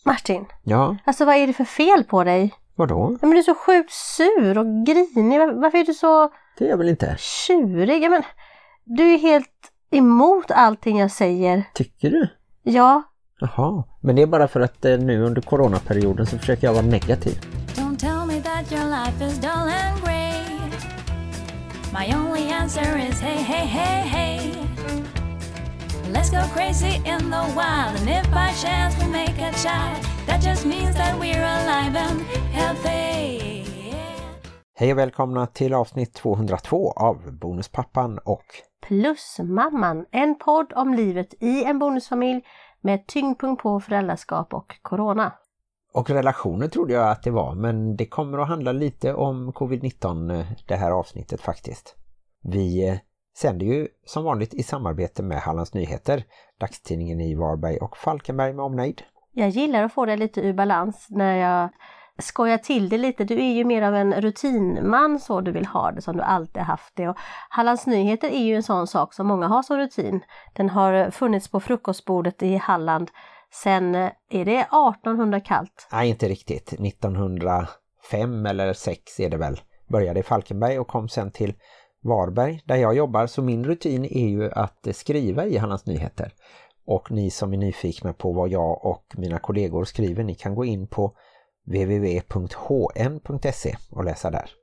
Martin, Ja, alltså vad är det för fel på dig? vadå? Ja, men du är så sjukt sur och grinig. Varför är du så Det är jag väl inte. tjurig? Ja, men, du är helt emot allting jag säger. Tycker du? Ja. Jaha, men det är bara för att nu under coronaperioden så försöker jag vara negativ. Don't tell me that your life is dull and grey. My only answer is hey, hey, hey, hey. Let's go crazy in the wild, and if by chance we make a child, that just means that we're alive and healthy. Hej och välkomna till avsnitt 202 av Bonuspappan och Plusmamman, en podd om livet i en bonusfamilj med tyngdpunkt på föräldraskap och corona. Och relationer trodde jag att det var, men det kommer att handla lite om covid-19 det här avsnittet faktiskt. Vi sänder ju som vanligt i samarbete med Hallands Nyheter, dagstidningen i Varberg och Falkenberg med omnejd. Jag gillar att få det lite ur balans när jag skojar till det lite. Du är ju mer av en rutinman, så du vill ha det som du alltid haft det. Och Hallands Nyheter är ju en sån sak som många har som rutin. Den har funnits på frukostbordet i Halland sen, är det 1800 kallt? Nej, inte riktigt. 1905 eller 6 är det väl. Började i Falkenberg och kom sen till Varberg där jag jobbar. Så min rutin är ju att skriva i Hallands Nyheter. Och ni som är nyfikna på vad jag och mina kollegor skriver, ni kan gå in på www.hn.se och läsa där.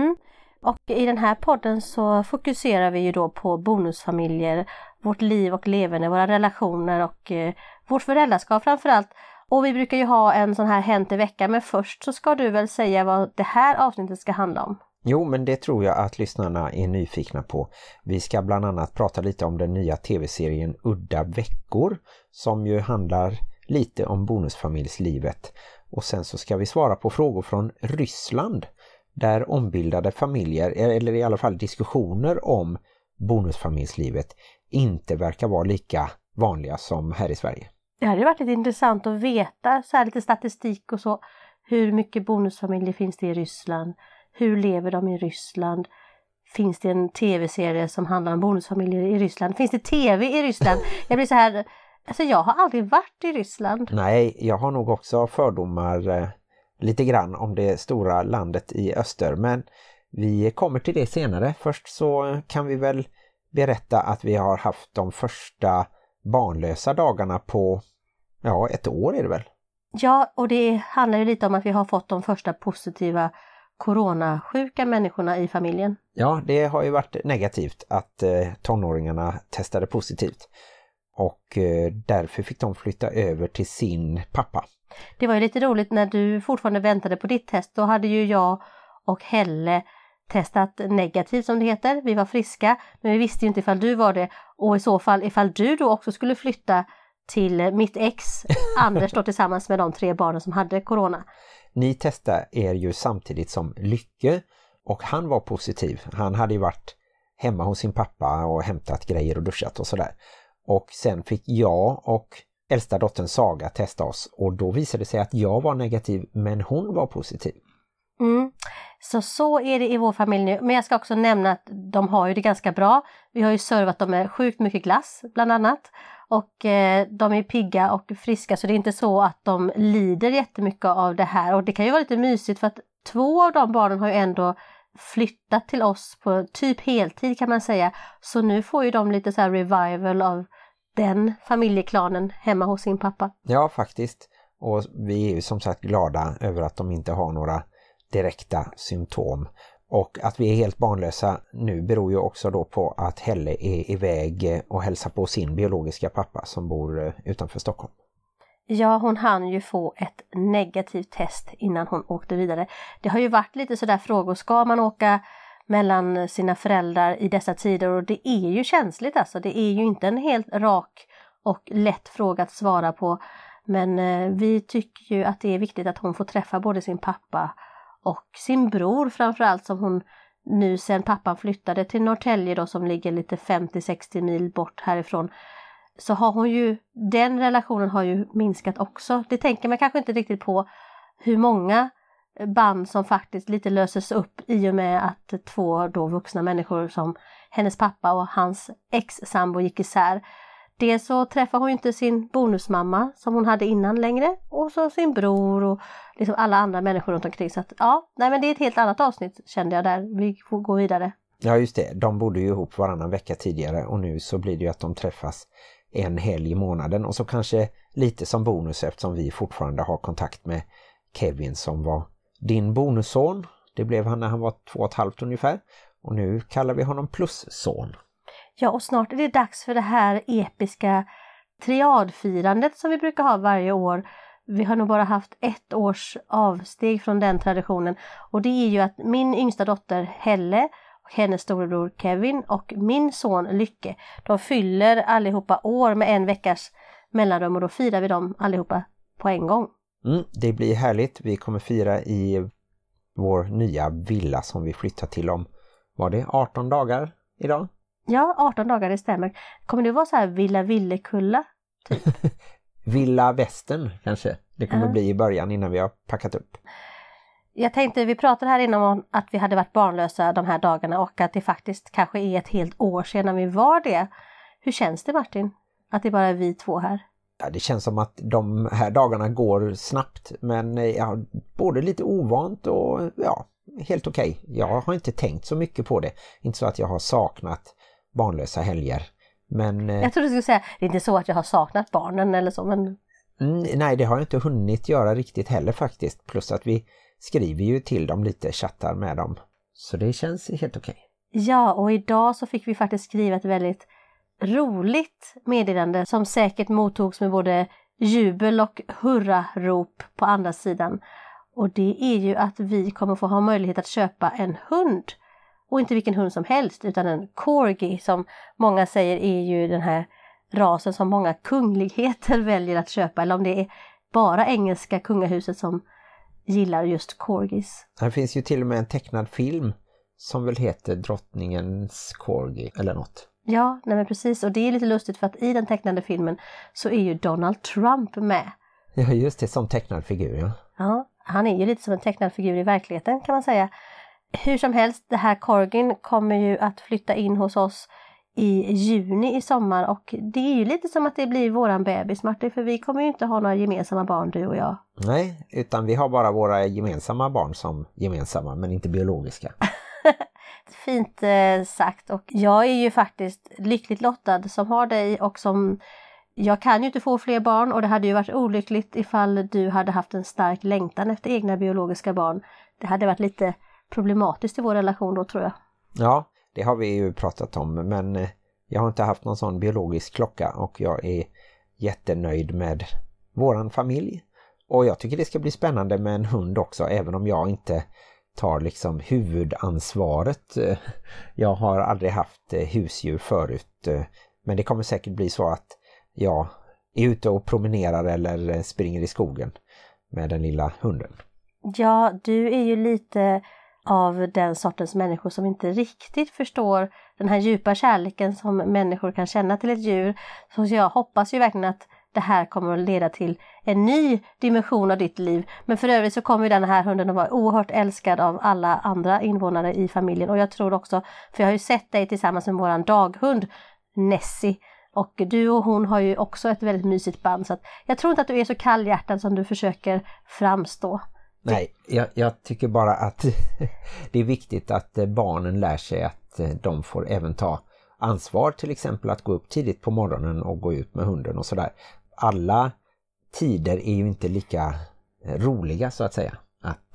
Och i den här podden så fokuserar vi ju då på bonusfamiljer, vårt liv och levande, våra relationer och vårt föräldraskap framförallt. Och vi brukar ju ha en sån här hänt i veckan, men först så ska du väl säga vad det här avsnittet ska handla om. Jo, men det tror jag att lyssnarna är nyfikna på. Vi ska bland annat prata lite om den nya tv-serien Udda veckor som ju handlar lite om bonusfamiljslivet. Och sen så ska vi svara på frågor från Ryssland där ombildade familjer, eller i alla fall diskussioner om bonusfamiljslivet, inte verkar vara lika vanliga som här i Sverige. Det hade varit lite intressant att veta, så här lite statistik och så. Hur mycket bonusfamiljer finns det i Ryssland? Hur lever de i Ryssland? Finns det en tv-serie som handlar om bonusfamiljer i Ryssland? Finns det tv i Ryssland? Jag blir så här, alltså jag har aldrig varit i Ryssland. Nej, jag har nog också fördomar lite grann om det stora landet i öster. Men vi kommer till det senare. Först så kan vi väl berätta att vi har haft de första barnlösa dagarna på, ett år är det väl? Ja, och det handlar ju lite om att vi har fått de första positiva coronasjuka människorna i familjen. Ja, det har ju varit negativt att tonåringarna testade positivt. Och därför fick de flytta över till sin pappa. Det var ju lite roligt när du fortfarande väntade på ditt test. Då hade ju jag och Helle testat negativt som det heter. Vi var friska, men vi visste ju inte ifall du var det. Och i så fall ifall du då också skulle flytta till mitt ex Anders då tillsammans med de 3 barnen som hade corona. Ni testade er ju samtidigt som Lycke och han var positiv. Han hade ju varit hemma hos sin pappa och hämtat grejer och duschat och sådär. Och sen fick jag och äldsta dottern Saga testa oss och då visade det sig att jag var negativ men hon var positiv. Så är det i vår familj nu. Men jag ska också nämna att de har ju det ganska bra. Vi har ju servat dem med sjukt mycket glass bland annat. Och de är pigga och friska, så det är inte så att de lider jättemycket av det här. Och det kan ju vara lite mysigt för att 2 av de barnen har ju ändå flyttat till oss på typ heltid kan man säga. Så nu får ju de lite så här revival av den familjeklanen hemma hos sin pappa. Ja, faktiskt. Och vi är ju som sagt glada över att de inte har några direkta symptom. Och att vi är helt barnlösa nu beror ju också då på att Helle är iväg och hälsar på sin biologiska pappa som bor utanför Stockholm. Ja, hon hann ju få ett negativt test innan hon åkte vidare. Det har ju varit lite sådär frågor, ska man åka mellan sina föräldrar i dessa tider? Och det är ju känsligt alltså, det är ju inte en helt rak och lätt fråga att svara på. Men vi tycker ju att det är viktigt att hon får träffa både sin pappa och sin bror framförallt, som hon nu sen pappan flyttade till Norrtälje då, som ligger lite 50-60 mil bort härifrån. Så har hon ju, den relationen har ju minskat också. Det tänker man kanske inte riktigt på hur många band som faktiskt lite löses upp i och med att 2 då vuxna människor som hennes pappa och hans ex-sambo gick isär. Dels så träffar hon inte sin bonusmamma som hon hade innan längre. Och så sin bror och liksom alla andra människor runt omkring. Så att, men det är ett helt annat avsnitt kände jag där. Vi får gå vidare. Ja just det, de bodde ju ihop varannan vecka tidigare och nu så blir det ju att de träffas en helg i månaden. Och så kanske lite som bonus eftersom vi fortfarande har kontakt med Kevin som var din bonusson. Det blev han när han var 2,5 ungefär. Och nu kallar vi honom plusson. Ja, och snart är det dags för det här episka triadfirandet som vi brukar ha varje år. Vi har nog bara haft 1 års avsteg från den traditionen. Och det är ju att min yngsta dotter Helle och hennes storebror Kevin och min son Lycke, de fyller allihopa år med 1 veckas mellanrum och då firar vi dem allihopa på en gång. Det blir härligt. Vi kommer fira i vår nya villa som vi flyttar till om, var det 18 dagar idag? Ja, 18 dagar, det stämmer. Kommer det vara så här Villa Villekulla? Typ? Villa Västern kanske. Det kommer bli i början innan vi har packat upp. Jag tänkte, vi pratade här innan om att vi hade varit barnlösa de här dagarna och att det faktiskt kanske är ett helt år sedan vi var det. Hur känns det, Martin? Att det bara är vi 2 här? Ja, det känns som att de här dagarna går snabbt, men både lite ovant och helt okej. Jag har inte tänkt så mycket på det. Inte så att jag har saknat barnlösa helger. Men, jag trodde du skulle säga, det är inte så att jag har saknat barnen eller så, men... nej, det har jag inte hunnit göra riktigt heller faktiskt. Plus att vi skriver ju till dem lite, chattar med dem. Så det känns helt okej. Ja, och idag så fick vi faktiskt skriva ett väldigt roligt meddelande som säkert mottogs med både jubel och hurrarop på andra sidan. Och det är ju att vi kommer få ha möjlighet att köpa en hund. Och inte vilken hund som helst utan en corgi som många säger är ju den här rasen som många kungligheter väljer att köpa. Eller om det är bara engelska kungahuset som gillar just corgis. Det finns ju till och med en tecknad film som väl heter Drottningens corgi eller något. Ja, nej men precis. Och det är lite lustigt för att i den tecknade filmen så är ju Donald Trump med. Ja, just det, som tecknad figur, ja. Ja, han är ju lite som en tecknad figur i verkligheten kan man säga. Hur som helst, det här corgin kommer ju att flytta in hos oss i juni i sommar och det är ju lite som att det blir våran bebis, Martin, för vi kommer ju inte ha några gemensamma barn, du och jag. Nej, utan vi har bara våra gemensamma barn som gemensamma, men inte biologiska. Fint sagt, och jag är ju faktiskt lyckligt lottad som har dig och som... Jag kan ju inte få fler barn och det hade ju varit olyckligt ifall du hade haft en stark längtan efter egna biologiska barn. Det hade varit lite problematiskt i vår relation då, tror jag. Ja, det har vi ju pratat om, men jag har inte haft någon sån biologisk klocka och jag är jättenöjd med våran familj. Och jag tycker det ska bli spännande med en hund också, även om jag inte tar liksom huvudansvaret. Jag har aldrig haft husdjur förut, men det kommer säkert bli så att jag är ute och promenerar eller springer i skogen med den lilla hunden. Ja, du är ju lite av den sortens människor som inte riktigt förstår den här djupa kärleken som människor kan känna till ett djur. Så jag hoppas ju verkligen att det här kommer att leda till en ny dimension av ditt liv. Men för övrigt så kommer ju den här hunden att vara oerhört älskad av alla andra invånare i familjen. Och jag tror också, för jag har ju sett dig tillsammans med våran daghund Nessie. Och du och hon har ju också ett väldigt mysigt band. Så att jag tror inte att du är så kallhjärtad som du försöker framstå. Nej, jag tycker bara att det är viktigt att barnen lär sig att de får även ta ansvar, till exempel att gå upp tidigt på morgonen och gå ut med hunden och sådär. Alla tider är ju inte lika roliga så att säga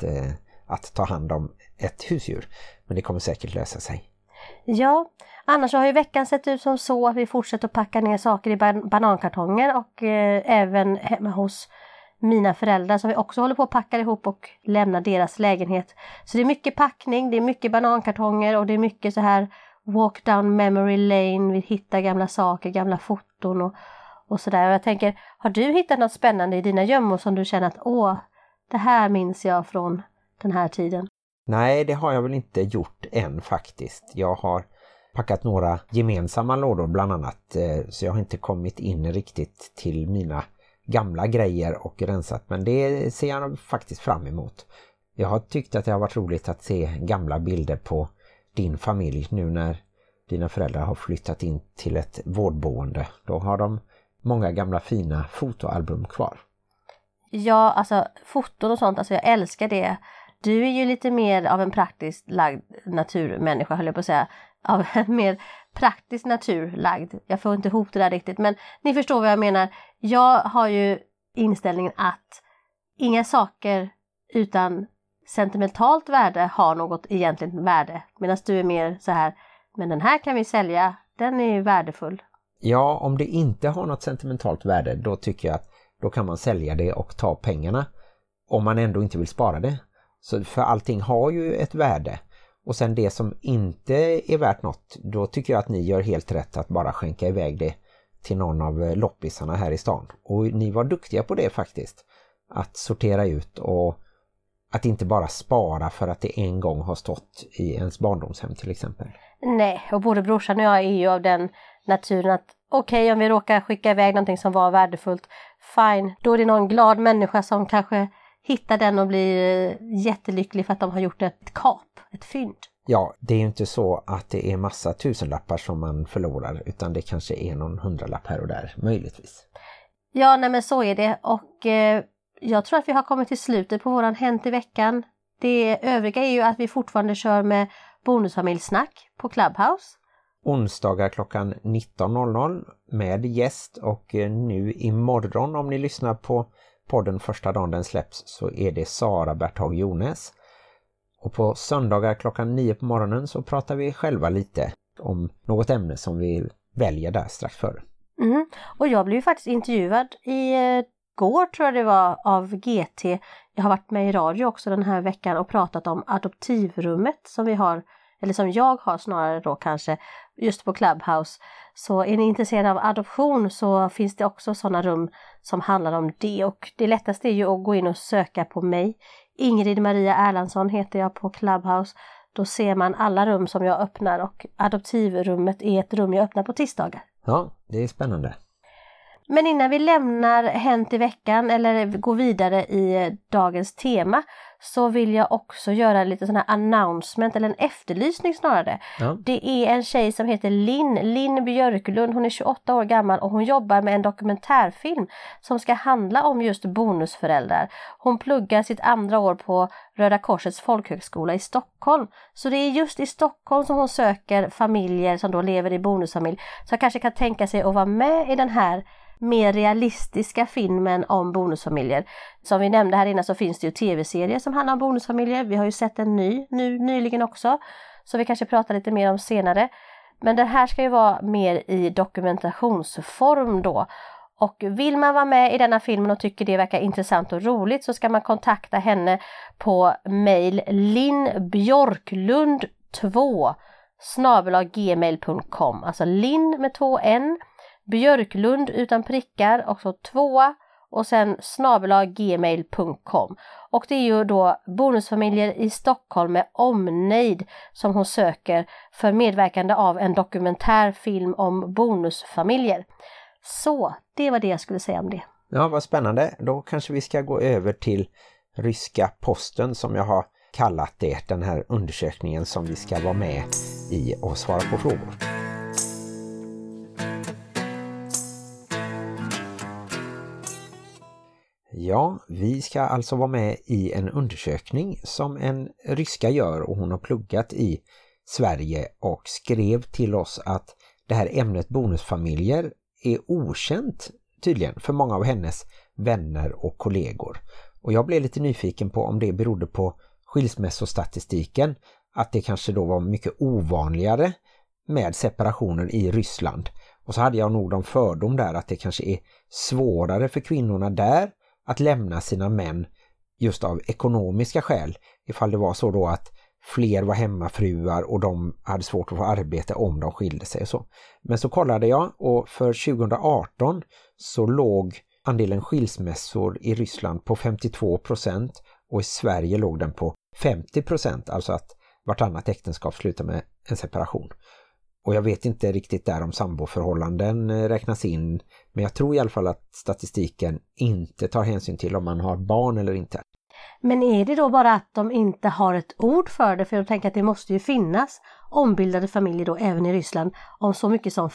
att ta hand om ett husdjur, men det kommer säkert lösa sig. Ja, annars har ju veckan sett ut som så att vi fortsätter att packa ner saker i banankartonger och även hemma hos mina föräldrar som vi också håller på att packa ihop och lämna deras lägenhet. Så det är mycket packning, det är mycket banankartonger och det är mycket så här walk down memory lane. Vi hittar gamla saker, gamla foton och sådär. Och jag tänker, har du hittat något spännande i dina gömmor som du känner att det här minns jag från den här tiden? Nej, det har jag väl inte gjort än faktiskt. Jag har packat några gemensamma lådor bland annat, så jag har inte kommit in riktigt till mina gamla grejer och rensat, men det ser jag faktiskt fram emot. Jag har tyckt att det har varit roligt att se gamla bilder på din familj nu när dina föräldrar har flyttat in till ett vårdboende. Då har de många gamla fina fotoalbum kvar. Ja, alltså foton och sånt, alltså jag älskar det. Du är ju lite mer av en praktiskt lagd naturmänniska, höll jag på att säga. Av en mer praktiskt naturlagd. Jag får inte ihop det där riktigt, men ni förstår vad jag menar. Jag har ju inställningen att inga saker utan sentimentalt värde har något egentligt värde. Medan du är mer så här, men den här kan vi sälja, den är värdefull. Ja, om det inte har något sentimentalt värde, då tycker jag att då kan man sälja det och ta pengarna. Om man ändå inte vill spara det. Så för allting har ju ett värde. Och sen det som inte är värt något, då tycker jag att ni gör helt rätt att bara skänka iväg det till någon av loppisarna här i stan. Och ni var duktiga på det faktiskt. Att sortera ut och att inte bara spara för att det en gång har stått i ens barndomshem till exempel. Nej, och både brorsan och jag är ju av den naturen att okej, om vi råkar skicka iväg någonting som var värdefullt, fine. Då är det någon glad människa som kanske hittar den och blir jättelycklig för att de har gjort ett kap, ett fynd. Ja, det är ju inte så att det är massa tusenlappar som man förlorar, utan det kanske är någon hundralapp här och där, möjligtvis. Ja, nej men så är det. Och jag tror att vi har kommit till slutet på våran Hänt i veckan. Det övriga är ju att vi fortfarande kör med bonusfamiljsnack på Clubhouse. Onsdagar klockan 19.00 med gäst, och nu imorgon om ni lyssnar på podden första dagen den släpps så är det Sara Berthag Jones. Och på söndagar klockan 9 på morgonen så pratar vi själva lite om något ämne som vi väljer där strax före. Och jag blev ju faktiskt intervjuad igår tror jag det var av GT. Jag har varit med i radio också den här veckan och pratat om adoptivrummet som vi har, eller som jag har snarare då kanske, just på Clubhouse. Så är ni intresserade av adoption så finns det också sådana rum som handlar om det. Och det lättaste är ju att gå in och söka på mig. Ingrid Maria Erlandsson heter jag på Clubhouse. Då ser man alla rum som jag öppnar, och adoptivrummet är ett rum jag öppnar på tisdagar. Ja, det är spännande. Men innan vi lämnar Hänt i veckan eller går vidare i dagens tema så vill jag också göra lite sån här announcement eller en efterlysning snarare. Ja. Det är en tjej som heter Linn Björklund, hon är 28 år gammal och hon jobbar med en dokumentärfilm som ska handla om just bonusföräldrar. Hon pluggar sitt andra år på Röda Korsets folkhögskola i Stockholm. Så det är just i Stockholm som hon söker familjer som då lever i bonusfamilj. Så jag kanske kan tänka sig att vara med i den här mer realistiska filmen om bonusfamiljer. Som vi nämnde här innan så finns det ju tv-serier som handlar om bonusfamiljer. Vi har ju sett en nyligen också. Så vi kanske pratar lite mer om senare. Men det här ska ju vara mer i dokumentationsform då. Och vill man vara med i denna filmen och tycker det verkar intressant och roligt så ska man kontakta henne på mail linnbjörklund2@gmail.com. Alltså Linn med 2 N, Björklund utan prickar och så 2 och sen @gmail.com. Och det är ju då bonusfamiljer i Stockholm med omnejd som hon söker för medverkande av en dokumentärfilm om bonusfamiljer. Så, det var det jag skulle säga om det. Ja, vad spännande. Då kanske vi ska gå över till ryska posten som jag har kallat det. Den här undersökningen som vi ska vara med i och svara på frågor. Ja, vi ska alltså vara med i en undersökning som en ryska gör och hon har pluggat i Sverige och skrev till oss att det här ämnet bonusfamiljer är okänt tydligen för många av hennes vänner och kollegor. Och jag blev lite nyfiken på om det berodde på skilsmässostatistiken, att det kanske då var mycket ovanligare med separationer i Ryssland. Och så hade jag nog de fördom där att det kanske är svårare för kvinnorna där att lämna sina män just av ekonomiska skäl, ifall det var så då att fler var hemmafruar och de hade svårt att få arbete om de skilde sig och så. Men så kollade jag och för 2018 så låg andelen skilsmässor i Ryssland på 52% och i Sverige låg den på 50%, alltså att vartannat äktenskap slutar med en separation. Och jag vet inte riktigt där om samboförhållanden räknas in, men jag tror i alla fall att statistiken inte tar hänsyn till om man har barn eller inte. Men är det då bara att de inte har ett ord för det? För jag tänker att det måste ju finnas ombildade familjer då även i Ryssland om så mycket som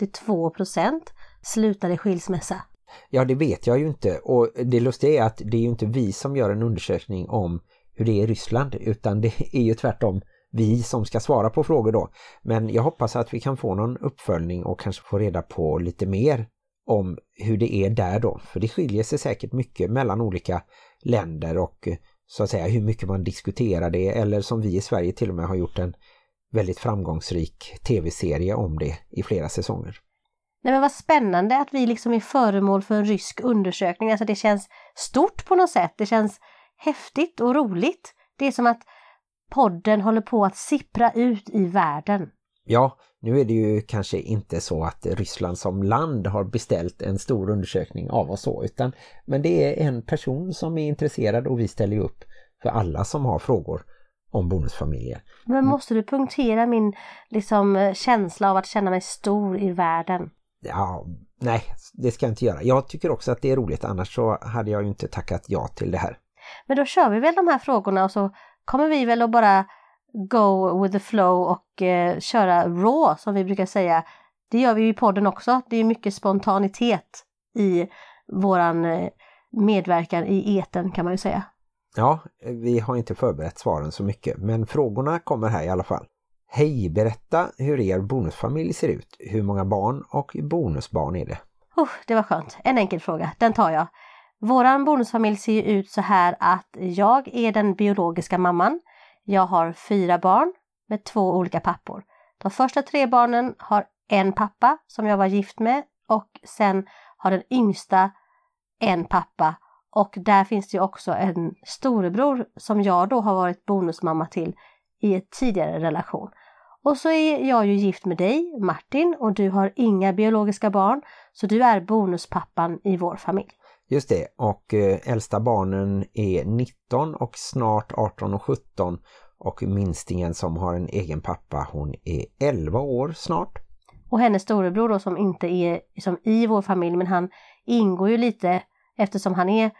52% slutar i skilsmässa. Ja, det vet jag ju inte. Och det lustiga är att det är ju inte vi som gör en undersökning om hur det är i Ryssland, utan det är ju tvärtom vi som ska svara på frågor då. Men jag hoppas att vi kan få någon uppföljning och kanske få reda på lite mer om hur det är där då. För det skiljer sig säkert mycket mellan olika länder och så att säga hur mycket man diskuterar det. Eller som vi i Sverige till och med har gjort en väldigt framgångsrik tv-serie om det i flera säsonger. Nej, men vad spännande att vi liksom är föremål för en rysk undersökning. Alltså det känns stort på något sätt. Det känns häftigt och roligt. Det är som att podden håller på att sippra ut i världen. Ja, nu är det ju kanske inte så att Ryssland som land har beställt en stor undersökning av oss så, men det är en person som är intresserad och vi ställer upp för alla som har frågor om bonusfamiljer. Men måste du punktera min liksom, känsla av att känna mig stor i världen? Ja, nej, det ska jag inte göra. Jag tycker också att det är roligt, annars så hade jag ju inte tackat ja till det här. Men då kör vi väl de här frågorna och så kommer vi väl att bara go with the flow och köra raw som vi brukar säga. Det gör vi ju i podden också. Det är mycket spontanitet i våran medverkan i eten kan man ju säga. Ja, vi har inte förberett svaren så mycket, men frågorna kommer här i alla fall. Hej, berätta hur er bonusfamilj ser ut. Hur många barn och bonusbarn är det? Det var skönt. En enkel fråga, den tar jag. Våran bonusfamilj ser ut så här att jag är den biologiska mamman. Jag har 4 barn med 2 olika pappor. De första 3 barnen har en pappa som jag var gift med och sen har den yngsta en pappa. Och där finns det ju också en storebror som jag då har varit bonusmamma till i ett tidigare relation. Och så är jag ju gift med dig, Martin, och du har inga biologiska barn, så du är bonuspappan i vår familj. Just det, och äldsta barnen är 19 och snart 18 och 17 och minstingen som har en egen pappa, hon är 11 år snart. Och hennes storebror då som inte är som i vår familj, men han ingår ju lite eftersom han är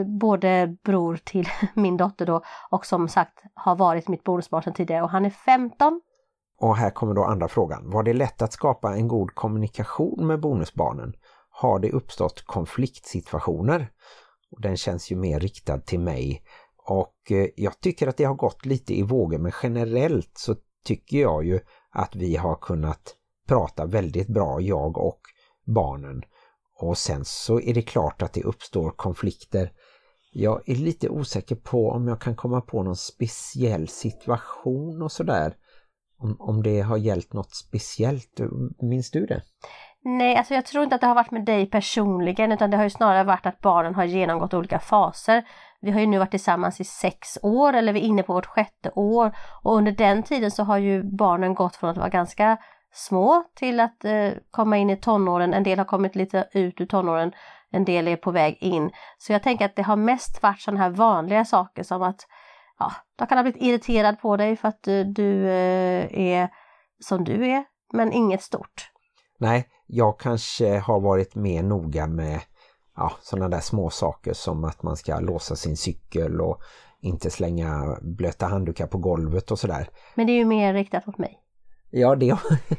både bror till min dotter då och som sagt har varit mitt bonusbarn sedan tidigare och han är 15. Och här kommer då andra frågan. Var det lätt att skapa en god kommunikation med bonusbarnen? Har det uppstått konfliktsituationer? Och den känns ju mer riktad till mig. Och jag tycker att det har gått lite i vågor, men generellt så tycker jag ju att vi har kunnat prata väldigt bra, jag och barnen. Och sen så är det klart att det uppstår konflikter. Jag är lite osäker på om jag kan komma på någon speciell situation och sådär. Om det har gällt något speciellt. Minns du det? Nej, alltså jag tror inte att det har varit med dig personligen, utan det har ju snarare varit att barnen har genomgått olika faser. Vi har ju nu varit tillsammans i 6 år, eller vi är inne på vårt 6:e år. Och under den tiden så har ju barnen gått från att vara ganska små till att komma in i tonåren. En del har kommit lite ut ur tonåren, en del är på väg in. Så jag tänker att det har mest varit sådana här vanliga saker som att de kan ha blivit irriterad på dig för att du är som du är, men inget stort. Nej, jag kanske har varit mer noga med sådana där små saker som att man ska låsa sin cykel och inte slänga blöta handdukar på golvet och sådär. Men det är ju mer riktat mot mig. Ja, det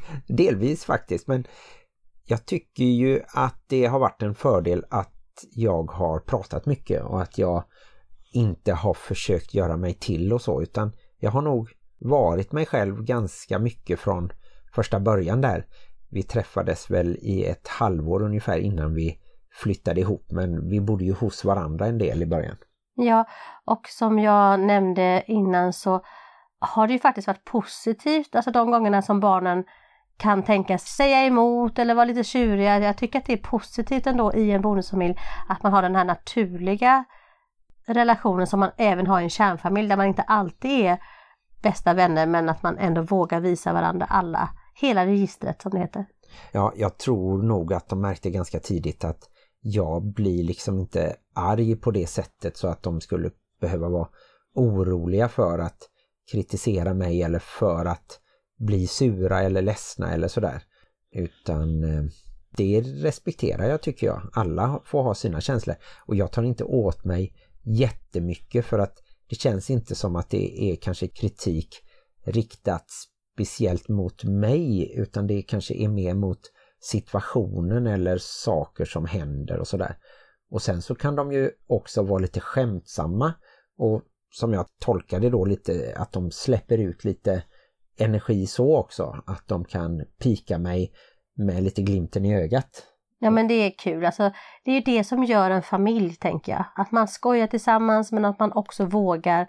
delvis faktiskt, men jag tycker ju att det har varit en fördel att jag har pratat mycket och att jag inte har försökt göra mig till och så, utan jag har nog varit mig själv ganska mycket från första början där. Vi träffades väl i ett halvår ungefär innan vi flyttade ihop, men vi bodde ju hos varandra en del i början. Ja, och som jag nämnde innan så har det ju faktiskt varit positivt, alltså de gångerna som barnen kan tänkas säga emot eller vara lite tjuriga. Jag tycker att det är positivt ändå i en bonusfamilj att man har den här naturliga relationen som man även har i en kärnfamilj där man inte alltid är bästa vänner, men att man ändå vågar visa varandra hela registret som det heter. Ja, jag tror nog att de märkte ganska tidigt att jag blir liksom inte arg på det sättet så att de skulle behöva vara oroliga för att kritisera mig eller för att bli sura eller ledsna eller sådär. Utan det respekterar jag, tycker jag. Alla får ha sina känslor och jag tar inte åt mig jättemycket, för att det känns inte som att det är kanske kritik riktat speciellt mot mig, utan det kanske är mer mot situationen eller saker som händer och sådär. Och sen så kan de ju också vara lite skämtsamma, och som jag tolkade då lite att de släpper ut lite energi så också, att de kan pika mig med lite glimten i ögat. Ja, men det är kul. Alltså, det är ju det som gör en familj, tänker jag. Att man skojar tillsammans, men att man också vågar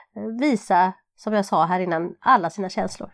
visa, som jag sa här innan, alla sina känslor.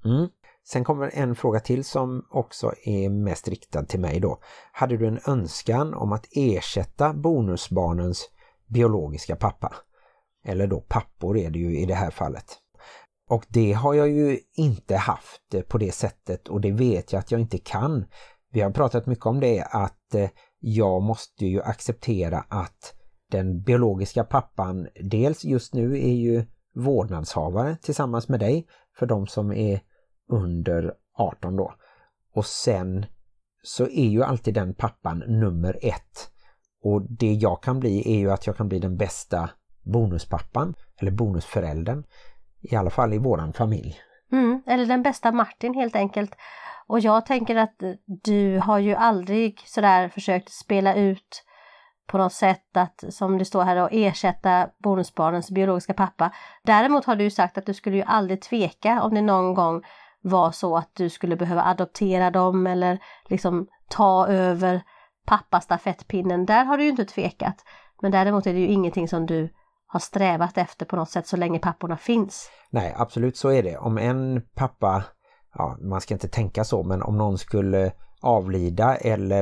Sen kommer en fråga till som också är mest riktad till mig då. Hade du en önskan om att ersätta bonusbarnens biologiska pappa? Eller då pappor är det ju i det här fallet. Och det har jag ju inte haft på det sättet, och det vet jag att jag inte kan. Vi har pratat mycket om det, att jag måste ju acceptera att den biologiska pappan dels just nu är ju vårdnadshavare tillsammans med dig för de som är under 18 då. Och sen så är ju alltid den pappan nummer 1. Och det jag kan bli är ju att jag kan bli den bästa bonuspappan eller bonusföräldern. I alla fall i våran familj. Eller den bästa Martin helt enkelt. Och jag tänker att du har ju aldrig sådär försökt spela ut på något sätt att, som det står här, att ersätta bonusbarnens biologiska pappa. Däremot har du ju sagt att du skulle ju aldrig tveka om det någon gång var så att du skulle behöva adoptera dem eller liksom ta över pappastafettpinnen. Där har du ju inte tvekat. Men däremot är det ju ingenting som du har strävat efter på något sätt så länge papporna finns. Nej, absolut så är det. Om en pappa, ja, man ska inte tänka så, men om någon skulle avlida eller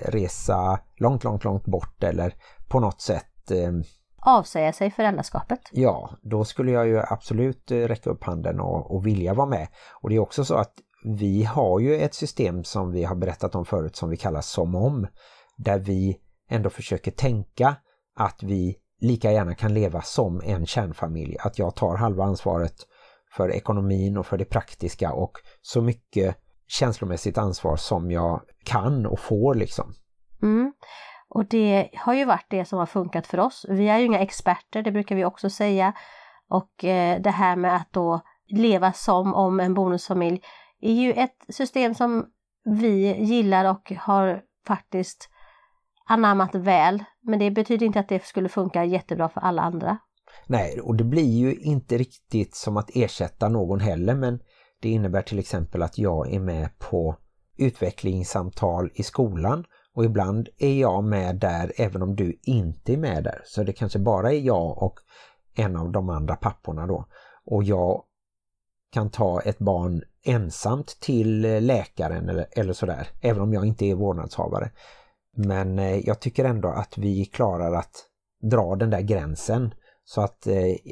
resa långt bort eller på något sätt avsäga sig föräldraskapet. Ja, då skulle jag ju absolut räcka upp handen och vilja vara med. Och det är också så att vi har ju ett system som vi har berättat om förut som vi kallar som om, där vi ändå försöker tänka att vi lika gärna kan leva som en kärnfamilj. Att jag tar halva ansvaret för ekonomin och för det praktiska och så mycket känslomässigt ansvar som jag kan och får liksom. Och det har ju varit det som har funkat för oss. Vi är ju inga experter, det brukar vi också säga. Och det här med att då leva som om en bonusfamilj är ju ett system som vi gillar och har faktiskt anammat väl. Men det betyder inte att det skulle funka jättebra för alla andra. Nej, och det blir ju inte riktigt som att ersätta någon heller, men det innebär till exempel att jag är med på utvecklingssamtal i skolan och ibland är jag med där även om du inte är med där. Så det kanske bara är jag och en av de andra papporna då. Och jag kan ta ett barn ensamt till läkaren eller sådär, även om jag inte är vårdnadshavare. Men jag tycker ändå att vi klarar att dra den där gränsen så att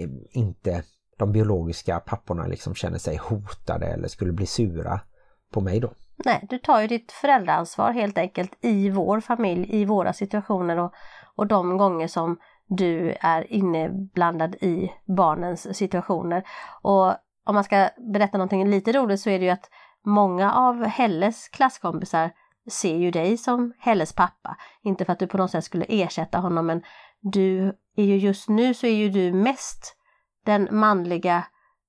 inte de biologiska papporna liksom känner sig hotade eller skulle bli sura på mig då. Nej, du tar ju ditt föräldraansvar helt enkelt i vår familj, i våra situationer och de gånger som du är inneblandad i barnens situationer. Och om man ska berätta någonting lite roligt så är det ju att många av Helles klasskompisar ser ju dig som Helles pappa. Inte för att du på något sätt skulle ersätta honom, men du är ju just nu så är ju du mest den manliga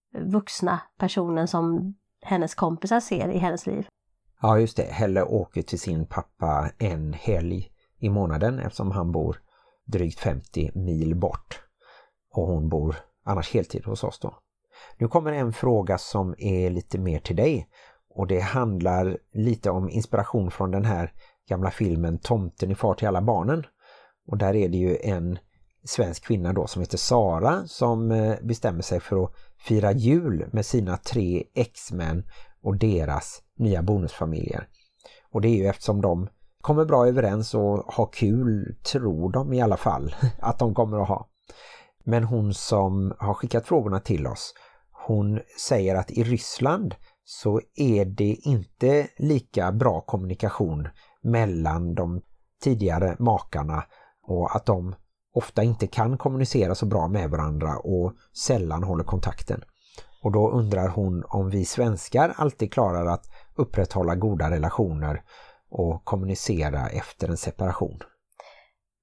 vuxna personen som hennes kompisar ser i hennes liv. Ja just det, Helle åker till sin pappa en helg i månaden eftersom han bor drygt 50 mil bort. Och hon bor annars heltid hos oss då. Nu kommer en fråga som är lite mer till dig. Och det handlar lite om inspiration från den här gamla filmen Tomten är far till alla barnen. Och där är det ju en svensk kvinna då som heter Sara som bestämmer sig för att fira jul med sina 3 ex-män och deras nya bonusfamiljer. Och det är ju eftersom de kommer bra överens och har kul, tror de i alla fall att de kommer att ha. Men hon som har skickat frågorna till oss, hon säger att i Ryssland så är det inte lika bra kommunikation mellan de tidigare makarna och att de ofta inte kan kommunicera så bra med varandra och sällan håller kontakten. Och då undrar hon om vi svenskar alltid klarar att upprätthålla goda relationer och kommunicera efter en separation.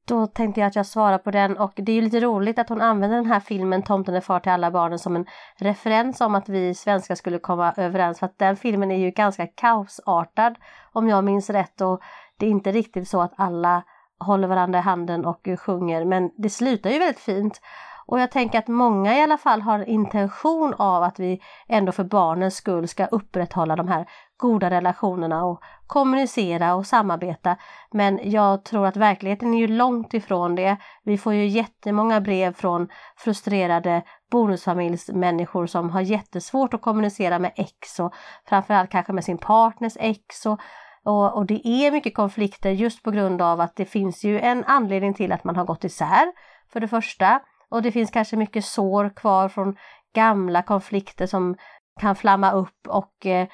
Då tänkte jag att jag svarar på den, och det är ju lite roligt att hon använder den här filmen Tomten är far till alla barnen som en referens om att vi svenskar skulle komma överens, för att den filmen är ju ganska kaosartad om jag minns rätt, och det är inte riktigt så att alla håller varandra i handen och sjunger, men det slutar ju väldigt fint. Och jag tänker att många i alla fall har intention av att vi ändå för barnens skull ska upprätthålla de här goda relationerna och kommunicera och samarbeta. Men jag tror att verkligheten är ju långt ifrån det. Vi får ju jättemånga brev från frustrerade bonusfamiljsmänniskor som har jättesvårt att kommunicera med ex, och framförallt kanske med sin partners ex, och det är mycket konflikter just på grund av att det finns ju en anledning till att man har gått isär för det första. Och det finns kanske mycket sår kvar från gamla konflikter som kan flamma upp, och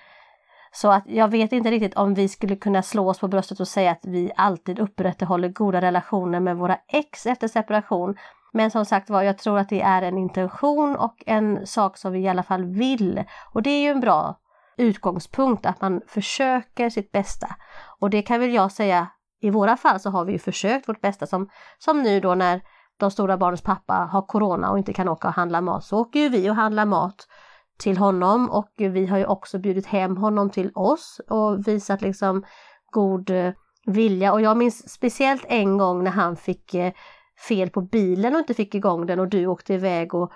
så att jag vet inte riktigt om vi skulle kunna slå oss på bröstet och säga att vi alltid upprätthåller goda relationer med våra ex efter separation. Men som sagt var, jag tror att det är en intention och en sak som vi i alla fall vill. Och det är ju en bra utgångspunkt att man försöker sitt bästa. Och det kan väl jag säga, i våra fall så har vi ju försökt vårt bästa, som nu då när de stora barnens pappa har corona och inte kan åka och handla mat, så åker ju vi och handlar mat till honom, och vi har ju också bjudit hem honom till oss och visat liksom god vilja. Och jag minns speciellt en gång när han fick fel på bilen och inte fick igång den, och du åkte iväg och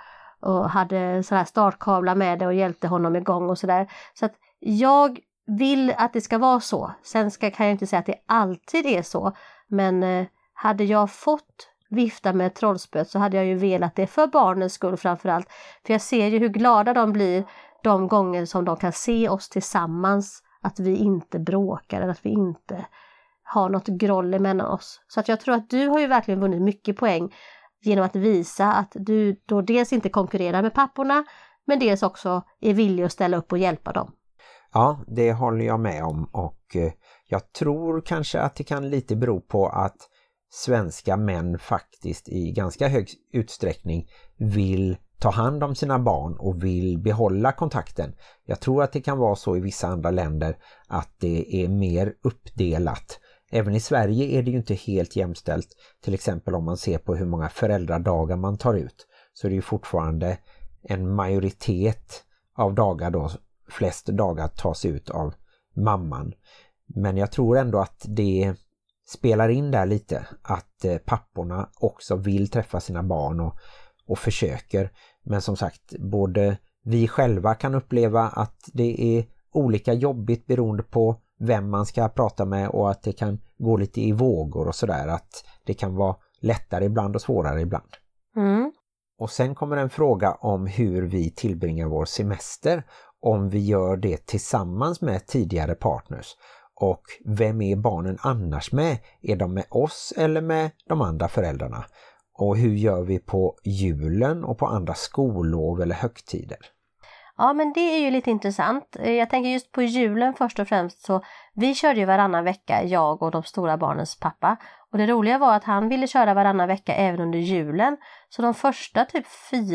hade så här startkablar med det och hjälpte honom igång och sådär. Så att jag vill att det ska vara så. Sen kan jag inte säga att det alltid är så, men hade jag fått vifta med ett trollspöt så hade jag ju velat det för barnens skull framförallt. För jag ser ju hur glada de blir de gånger som de kan se oss tillsammans, att vi inte bråkar eller att vi inte har något groll emellan oss. Så att jag tror att du har ju verkligen vunnit mycket poäng genom att visa att du då dels inte konkurrerar med papporna, men dels också är villig att ställa upp och hjälpa dem. Ja, det håller jag med om, och jag tror kanske att det kan lite bero på att svenska män faktiskt i ganska hög utsträckning vill ta hand om sina barn och vill behålla kontakten. Jag tror att det kan vara så i vissa andra länder att det är mer uppdelat. Även i Sverige är det ju inte helt jämställt. Till exempel om man ser på hur många föräldradagar man tar ut, så är det ju fortfarande en majoritet av dagar då, flest dagar tas ut av mamman. Men jag tror ändå att det spelar in där lite, att papporna också vill träffa sina barn och försöker. Men som sagt, både vi själva kan uppleva att det är olika jobbigt beroende på vem man ska prata med, och att det kan gå lite i vågor och sådär, att det kan vara lättare ibland och svårare ibland. Mm. Och sen kommer en fråga om hur vi tillbringar vår semester, om vi gör det tillsammans med tidigare partners. Och vem är barnen annars med? Är de med oss eller med de andra föräldrarna? Och hur gör vi på julen och på andra skollov eller högtider? Ja, men det är ju lite intressant. Jag tänker just på julen först och främst, så vi körde ju varannan vecka, jag och de stora barnens pappa. Och det roliga var att han ville köra varannan vecka även under julen. Så de första typ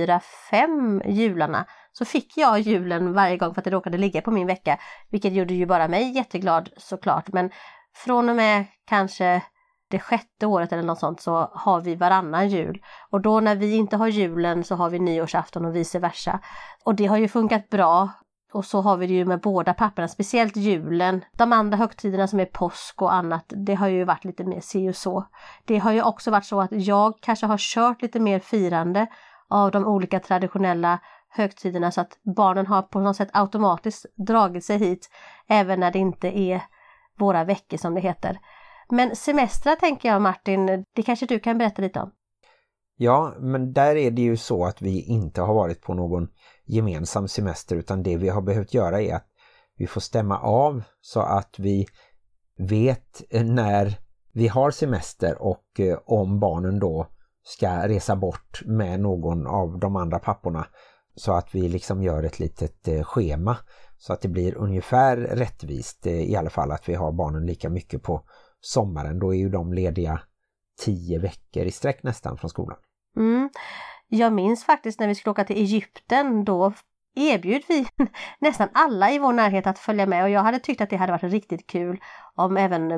4-5 jularna så fick jag julen varje gång för att det råkade ligga på min vecka. Vilket gjorde ju bara mig jätteglad såklart. Men från och med kanske det 6:e året eller något sånt så har vi varannan jul. Och då när vi inte har julen så har vi nyårsafton och vice versa. Och det har ju funkat bra. Och så har vi det ju med båda papporna, speciellt julen. De andra högtiderna som är påsk och annat, det har ju varit lite mer si och så. Det har ju också varit så att jag kanske har kört lite mer firande av de olika traditionella högtiderna, så att barnen har på något sätt automatiskt dragit sig hit även när det inte är våra veckor som det heter. Men semestrar tänker jag, Martin, det kanske du kan berätta lite om. Ja, men där är det ju så att vi inte har varit på någon gemensam semester, utan det vi har behövt göra är att vi får stämma av så att vi vet när vi har semester och om barnen då ska resa bort med någon av de andra papporna, så att vi liksom gör ett litet schema så att det blir ungefär rättvist, i alla fall att vi har barnen lika mycket på sommaren. Då är ju de lediga 10 veckor i sträck nästan från skolan. Mm. Jag minns faktiskt när vi skulle åka till Egypten, då erbjöd vi nästan alla i vår närhet att följa med, och jag hade tyckt att det hade varit riktigt kul om även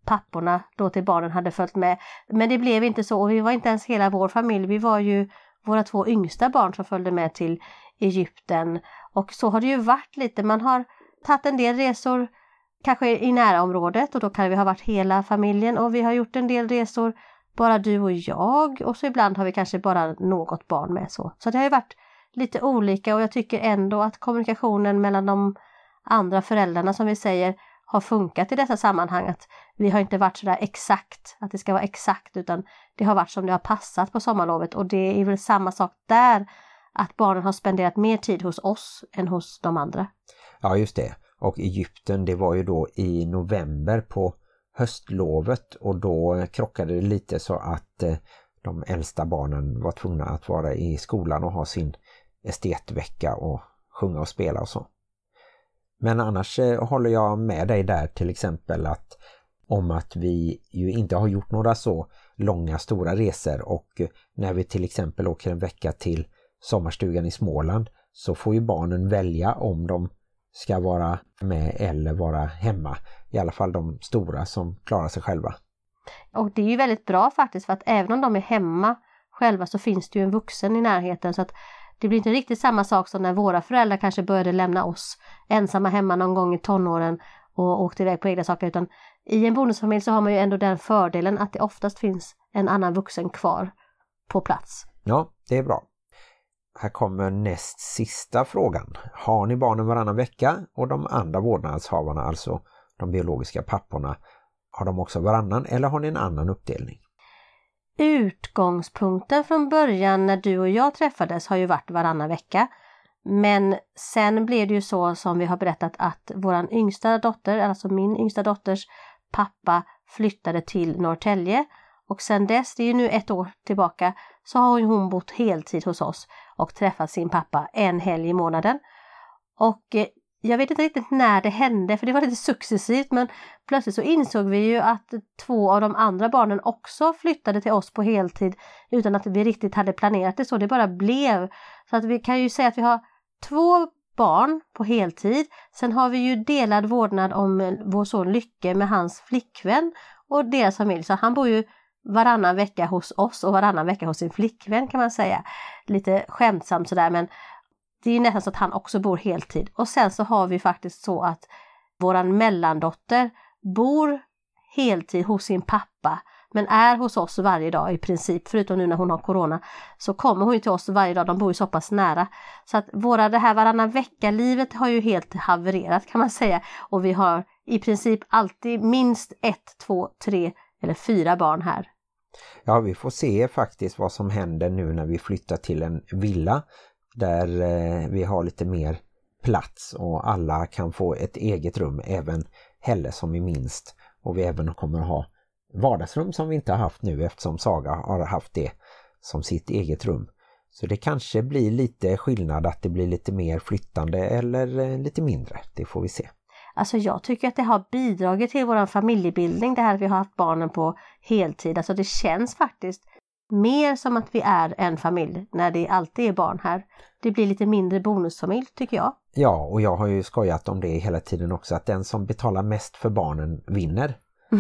papporna då till barnen hade följt med. Men det blev inte så, och vi var inte ens hela vår familj. Vi var ju våra 2 yngsta barn som följde med till Egypten. Och så har det ju varit lite. Man har tagit en del resor kanske i närområdet, och då kan vi ha varit hela familjen. Och vi har gjort en del resor bara du och jag, och så ibland har vi kanske bara något barn med. Så det har ju varit lite olika, och jag tycker ändå att kommunikationen mellan de andra föräldrarna, som vi säger, har funkat i dessa sammanhang. Att vi har inte varit sådär exakt, att det ska vara exakt, utan det har varit som det har passat på sommarlovet. Och det är väl samma sak där, att barnen har spenderat mer tid hos oss än hos de andra. Ja, just det. Och Egypten, det var ju då i november på höstlovet, och då krockade det lite så att de äldsta barnen var tvungna att vara i skolan och ha sin estetvecka och sjunga och spela och så. Men annars håller jag med dig där, till exempel om att vi ju inte har gjort några så långa stora resor, och när vi till exempel åker en vecka till sommarstugan i Småland, så får ju barnen välja om de ska vara med eller vara hemma. I alla fall de stora som klarar sig själva. Och det är ju väldigt bra faktiskt, för att även om de är hemma själva så finns det ju en vuxen i närheten, så att det blir inte riktigt samma sak som när våra föräldrar kanske började lämna oss ensamma hemma någon gång i tonåren och åkte iväg på egna saker, utan i en bonusfamilj så har man ju ändå den fördelen att det oftast finns en annan vuxen kvar på plats. Ja, det är bra. Här kommer näst sista frågan. Har ni barnen varannan vecka, och de andra vårdnadshavarna, alltså de biologiska papporna, har de också varannan, eller har ni en annan uppdelning? Utgångspunkten från början när du och jag träffades har ju varit varannan vecka. Men sen blev det ju så som vi har berättat, att våran yngsta dotter, alltså min yngsta dotters pappa, flyttade till Norrtälje. Och sen dess, det är ju nu 1 år tillbaka, så har hon bott heltid hos oss och träffat sin pappa en helg i månaden. Och jag vet inte riktigt när det hände, för det var lite successivt, men plötsligt så insåg vi ju att 2 av de andra barnen också flyttade till oss på heltid utan att vi riktigt hade planerat det, så det bara blev. Så att vi kan ju säga att vi har 2 barn på heltid. Sen har vi ju delad vårdnad om vår son Lycke med hans flickvän och deras familj, så han bor ju varannan vecka hos oss och varannan vecka hos sin flickvän, kan man säga. Lite skämtsamt sådär, men det är nästan så att han också bor heltid. Och sen så har vi faktiskt så att våran mellandotter bor heltid hos sin pappa, men är hos oss varje dag i princip, förutom nu när hon har corona, så kommer hon ju till oss varje dag. De bor ju så pass nära. Så att det här varannan vecka-livet har ju helt havererat, kan man säga. Och vi har i princip alltid minst 1, 2, 3 eller 4 barn här. Ja, vi får se faktiskt vad som händer nu när vi flyttar till en villa där vi har lite mer plats och alla kan få ett eget rum, även Helle som är minst. Och vi även kommer att ha vardagsrum som vi inte har haft nu, eftersom Saga har haft det som sitt eget rum. Så det kanske blir lite skillnad, att det blir lite mer flyttande eller lite mindre. Det får vi se. Alltså jag tycker att det har bidragit till vår familjebildning, det här att vi har haft barnen på heltid. Alltså det känns faktiskt mer som att vi är en familj när det alltid är barn här. Det blir lite mindre bonusfamilj, tycker jag. Ja, och jag har ju skojat om det hela tiden också, att den som betalar mest för barnen vinner.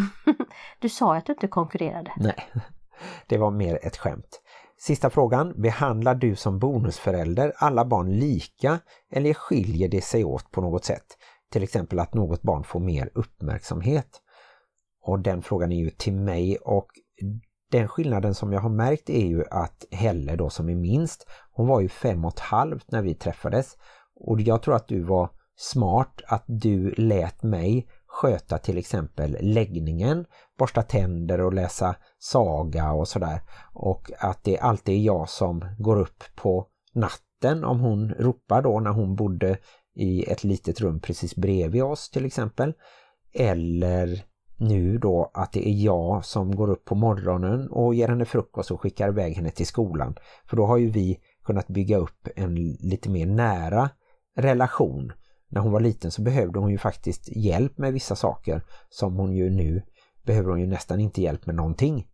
Du sa att du inte konkurrerade. Nej, det var mer ett skämt. Sista frågan. Behandlar du som bonusförälder alla barn lika, eller skiljer det sig åt på något sätt? Till exempel att något barn får mer uppmärksamhet. Och den frågan är ju till mig, och den skillnaden som jag har märkt är ju att Helle då, som är minst, hon var ju 5,5 när vi träffades. Och jag tror att du var smart att du lät mig sköta till exempel läggningen, borsta tänder och läsa saga och sådär. Och att det alltid är jag som går upp på natten om hon ropar då, när hon bodde i ett litet rum precis bredvid oss till exempel. Eller nu då att det är jag som går upp på morgonen och ger henne frukost och skickar iväg henne till skolan. För då har ju vi kunnat bygga upp en lite mer nära relation. När hon var liten så behövde hon ju faktiskt hjälp med vissa saker, som hon ju nu behöver hon ju nästan inte hjälp med någonting.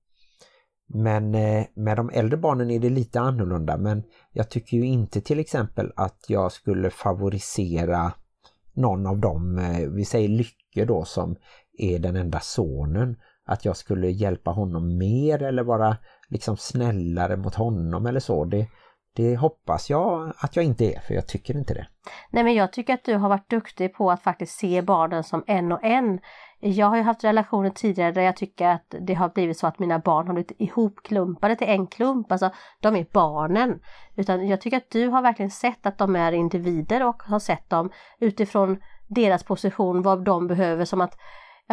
Men med de äldre barnen är det lite annorlunda, men jag tycker ju inte till exempel att jag skulle favorisera någon av dem. Vi säger Lycke då, som är den enda sonen, att jag skulle hjälpa honom mer eller vara liksom snällare mot honom eller så. Det hoppas jag att jag inte är, för jag tycker inte det. Nej, men jag tycker att du har varit duktig på att faktiskt se barnen som en och en. Jag har ju haft relationer tidigare där jag tycker att det har blivit så att mina barn har blivit ihopklumpade till en klump. Alltså, de är barnen. Utan jag tycker att du har verkligen sett att de är individer och har sett dem utifrån deras position, vad de behöver. Som att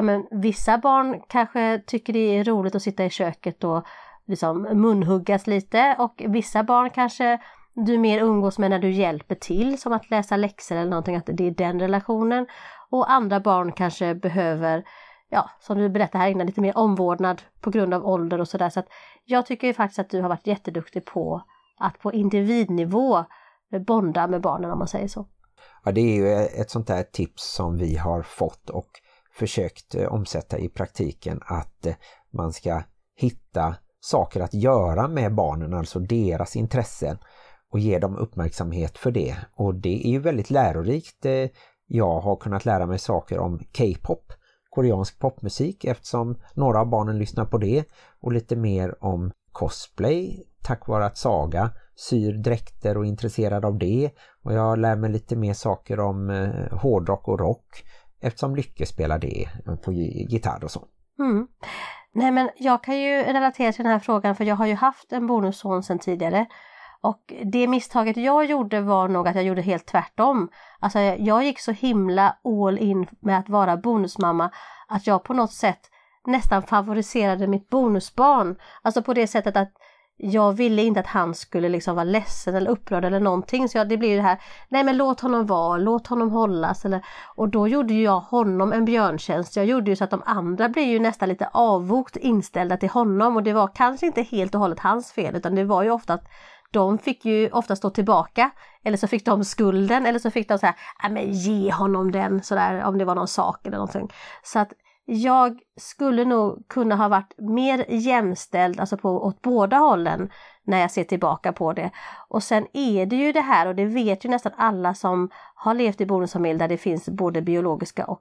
vissa barn kanske tycker det är roligt att sitta i köket och liksom munhuggas lite, och vissa barn kanske du mer umgås med när du hjälper till, som att läsa läxor eller någonting, att det är den relationen. Och andra barn kanske behöver, som du berättade här innan, lite mer omvårdnad på grund av ålder och sådär. Så att jag tycker ju faktiskt att du har varit jätteduktig på att på individnivå bonda med barnen, om man säger så. Ja, det är ju ett sånt där tips som vi har fått och försökt omsätta i praktiken, att man ska hitta saker att göra med barnen, alltså deras intressen, och ge dem uppmärksamhet för det. Och det är ju väldigt lärorikt. Jag har kunnat lära mig saker om K-pop, koreansk popmusik, eftersom några av barnen lyssnar på det, och lite mer om cosplay tack vare att Saga syr dräkter och är intresserad av det. Och jag lär mig lite mer saker om hårdrock och rock eftersom Lycke spelar det på gitarr och så. Mm. Nej, men jag kan ju relatera till den här frågan, för jag har ju haft en bonusson sedan tidigare. Och det misstaget jag gjorde var nog att jag gjorde helt tvärtom. Alltså jag gick så himla all in med att vara bonusmamma att jag på något sätt nästan favoriserade mitt bonusbarn. Alltså på det sättet att jag ville inte att han skulle liksom vara ledsen eller upprörd eller någonting. Så det blir ju det här, nej men låt honom vara, låt honom hållas. Och då gjorde jag honom en björntjänst. Jag gjorde ju så att de andra blev ju nästan lite avvokt inställda till honom. Och det var kanske inte helt och hållet hans fel, utan det var ju ofta att de fick ju ofta stå tillbaka. Eller så fick de skulden, eller så fick de så här, nej men ge honom den, sådär, om det var någon sak eller någonting. Så att jag skulle nog kunna ha varit mer jämställd, alltså åt båda hållen, när jag ser tillbaka på det. Och sen är det ju det här, och det vet ju nästan alla som har levt i bonusfamilj där det finns både biologiska och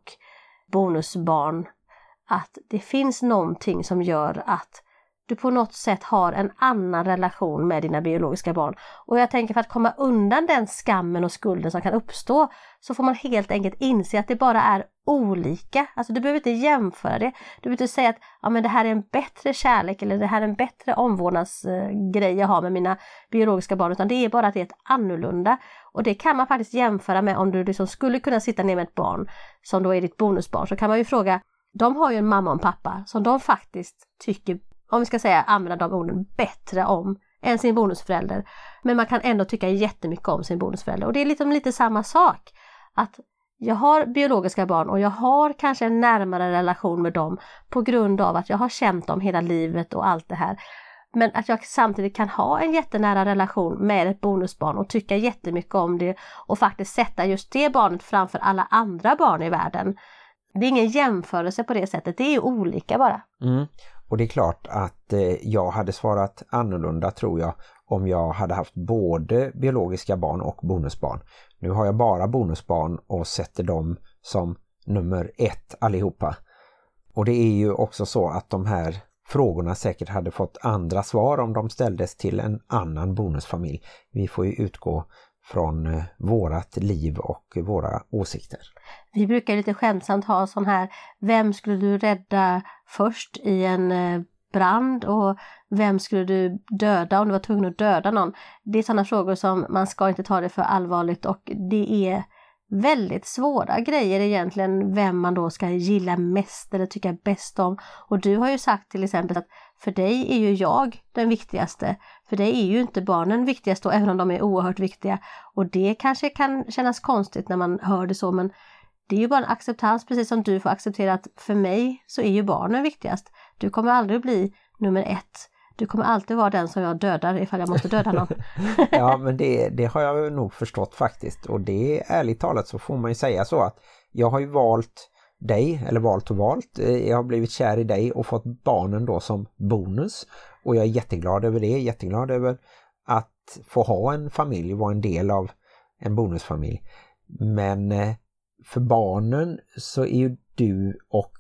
bonusbarn, att det finns någonting som gör att du på något sätt har en annan relation med dina biologiska barn. Och jag tänker, för att komma undan den skammen och skulden som kan uppstå, så får man helt enkelt inse att det bara är olika. Alltså du behöver inte jämföra det. Du behöver inte säga att men det här är en bättre kärlek eller det här är en bättre omvårdnadsgrej jag har med mina biologiska barn, utan det är bara att det är ett annorlunda. Och det kan man faktiskt jämföra med om du liksom skulle kunna sitta ner med ett barn som då är ditt bonusbarn. Så kan man ju fråga, de har ju en mamma och en pappa som de faktiskt tycker, om vi ska säga, använda de orden, bättre om än sin bonusförälder. Men man kan ändå tycka jättemycket om sin bonusförälder. Och det är liksom lite samma sak. Att jag har biologiska barn och jag har kanske en närmare relation med dem på grund av att jag har känt dem hela livet och allt det här. Men att jag samtidigt kan ha en jättenära relation med ett bonusbarn och tycka jättemycket om det och faktiskt sätta just det barnet framför alla andra barn i världen. Det är ingen jämförelse på det sättet, det är ju olika bara. Mm. Och det är klart att jag hade svarat annorlunda, tror jag, om jag hade haft både biologiska barn och bonusbarn. Nu har jag bara bonusbarn och sätter dem som nummer 1 allihopa. Och det är ju också så att de här frågorna säkert hade fått andra svar om de ställdes till en annan bonusfamilj. Vi får ju utgå från vårat liv och våra åsikter. Vi brukar lite skämtsamt ha sån här, vem skulle du rädda först i en brand och vem skulle du döda om du var tvungen att döda någon? Det är sådana frågor som man ska inte ta det för allvarligt, och det är väldigt svåra grejer egentligen, vem man då ska gilla mest eller tycka bäst om. Och du har ju sagt till exempel att för dig är ju jag den viktigaste. För dig är ju inte barnen viktigast då, även om de är oerhört viktiga. Och det kanske kan kännas konstigt när man hör det så, men det är ju bara en acceptans, precis som du får acceptera att för mig så är ju barnen viktigast. Du kommer aldrig bli nummer 1. Du kommer alltid vara den som jag dödar ifall jag måste döda någon. Ja, men det har jag nog förstått faktiskt. Och det är ärligt talat, så får man ju säga så att jag har ju valt dig, eller valt och valt. Jag har blivit kär i dig och fått barnen då som bonus. Och jag är jätteglad över det. Jätteglad över att få ha en familj, vara en del av en bonusfamilj. Men för barnen så är ju du och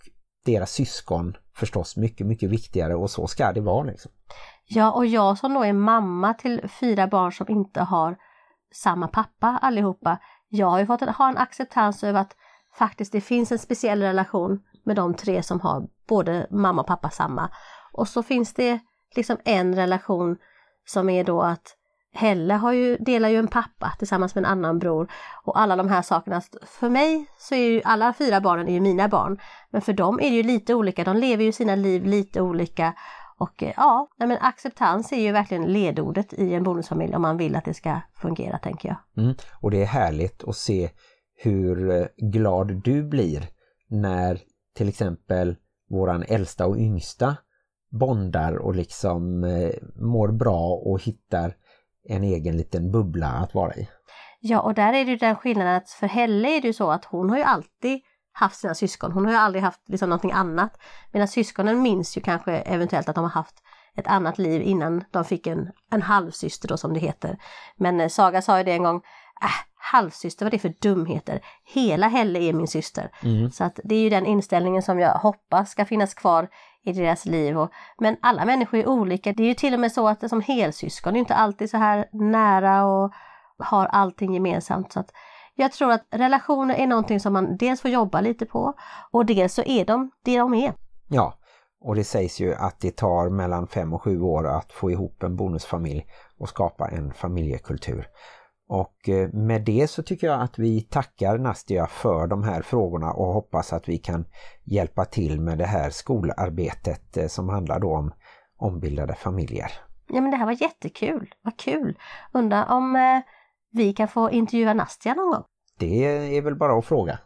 deras syskon förstås mycket, mycket viktigare, och så ska det vara liksom. Ja, och jag som då är mamma till 4 barn som inte har samma pappa allihopa, jag har ju fått ha en acceptans över att faktiskt det finns en speciell relation med de 3 som har både mamma och pappa samma. Och så finns det liksom en relation som är då att Helle delar ju en pappa tillsammans med en annan bror, och alla de här sakerna. För mig så är ju alla 4 barnen är ju mina barn, men för dem är det ju lite olika, de lever ju sina liv lite olika. Och ja, men acceptans är ju verkligen ledordet i en bonusfamilj om man vill att det ska fungera, tänker jag. Och det är härligt att se hur glad du blir när till exempel våran äldsta och yngsta bondar och liksom mår bra och hittar en egen liten bubbla att vara i. Ja, och där är det ju den skillnaden att för Helle är det ju så att hon har ju alltid haft sina syskon. Hon har ju aldrig haft liksom någonting annat. Medan syskonen minns ju kanske eventuellt att de har haft ett annat liv innan de fick en halvsyster då, som det heter. Men Saga sa ju det en gång, halvsyster, vad det är för dumheter. Hela Helle är min syster. Så att det är ju den inställningen som jag hoppas ska finnas kvar i deras liv. Men alla människor är olika. Det är ju till och med så att det som helsyskon är inte alltid så här nära och har allting gemensamt. Så att jag tror att relationer är någonting som man dels får jobba lite på, och dels så är de det de är. Ja, och det sägs ju att det tar mellan 5 och 7 år att få ihop en bonusfamilj och skapa en familjekultur. Och med det så tycker jag att vi tackar Nastia för de här frågorna och hoppas att vi kan hjälpa till med det här skolarbetet som handlar då om ombildade familjer. Ja, men det här var jättekul. Vad kul. Undrar om vi kan få intervjua Nastia någon gång. Det är väl bara att fråga.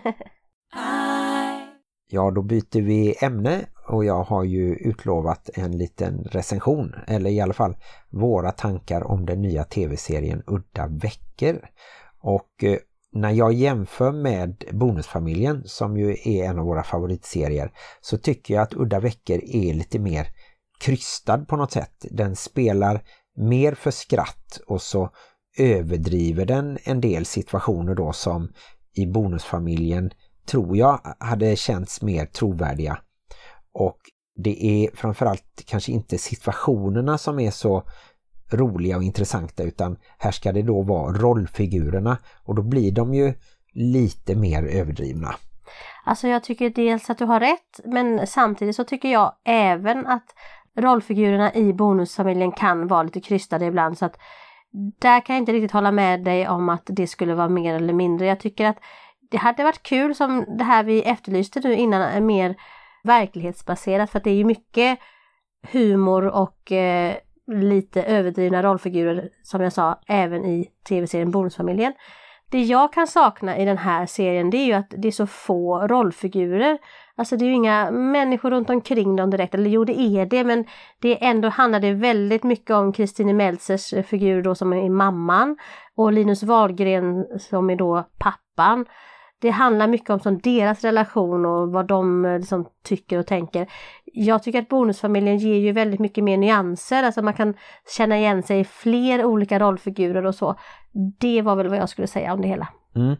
Ja, då byter vi ämne, och jag har ju utlovat en liten recension, eller i alla fall våra tankar om den nya tv-serien Udda veckor. Och när jag jämför med Bonusfamiljen, som ju är en av våra favoritserier, så tycker jag att Udda veckor är lite mer krystad på något sätt. Den spelar mer för skratt, och så överdriver den en del situationer då som i Bonusfamiljen tror jag hade känts mer trovärdiga. Och det är framförallt kanske inte situationerna som är så roliga och intressanta, utan här ska det då vara rollfigurerna, och då blir de ju lite mer överdrivna. Alltså jag tycker dels att du har rätt, men samtidigt så tycker jag även att rollfigurerna i Bonusfamiljen kan vara lite krystade ibland, så att där kan jag inte riktigt hålla med dig om att det skulle vara mer eller mindre. Jag tycker att det hade varit kul, som det här vi efterlyste nu innan, är mer verklighetsbaserat, för att det är ju mycket humor och lite överdrivna rollfigurer, som jag sa, även i tv-serien Bonusfamiljen. Det jag kan sakna i den här serien, det är ju att det är så få rollfigurer. Alltså det är ju inga människor runt omkring dem direkt, eller jo det är det, men det ändå handlar det väldigt mycket om Kristine Meltzers figur då, som är mamman, och Linus Wahlgren som är då pappan. Det handlar mycket om deras relation och vad de liksom tycker och tänker. Jag tycker att Bonusfamiljen ger ju väldigt mycket mer nyanser. Alltså man kan känna igen sig i fler olika rollfigurer och så. Det var väl vad jag skulle säga om det hela.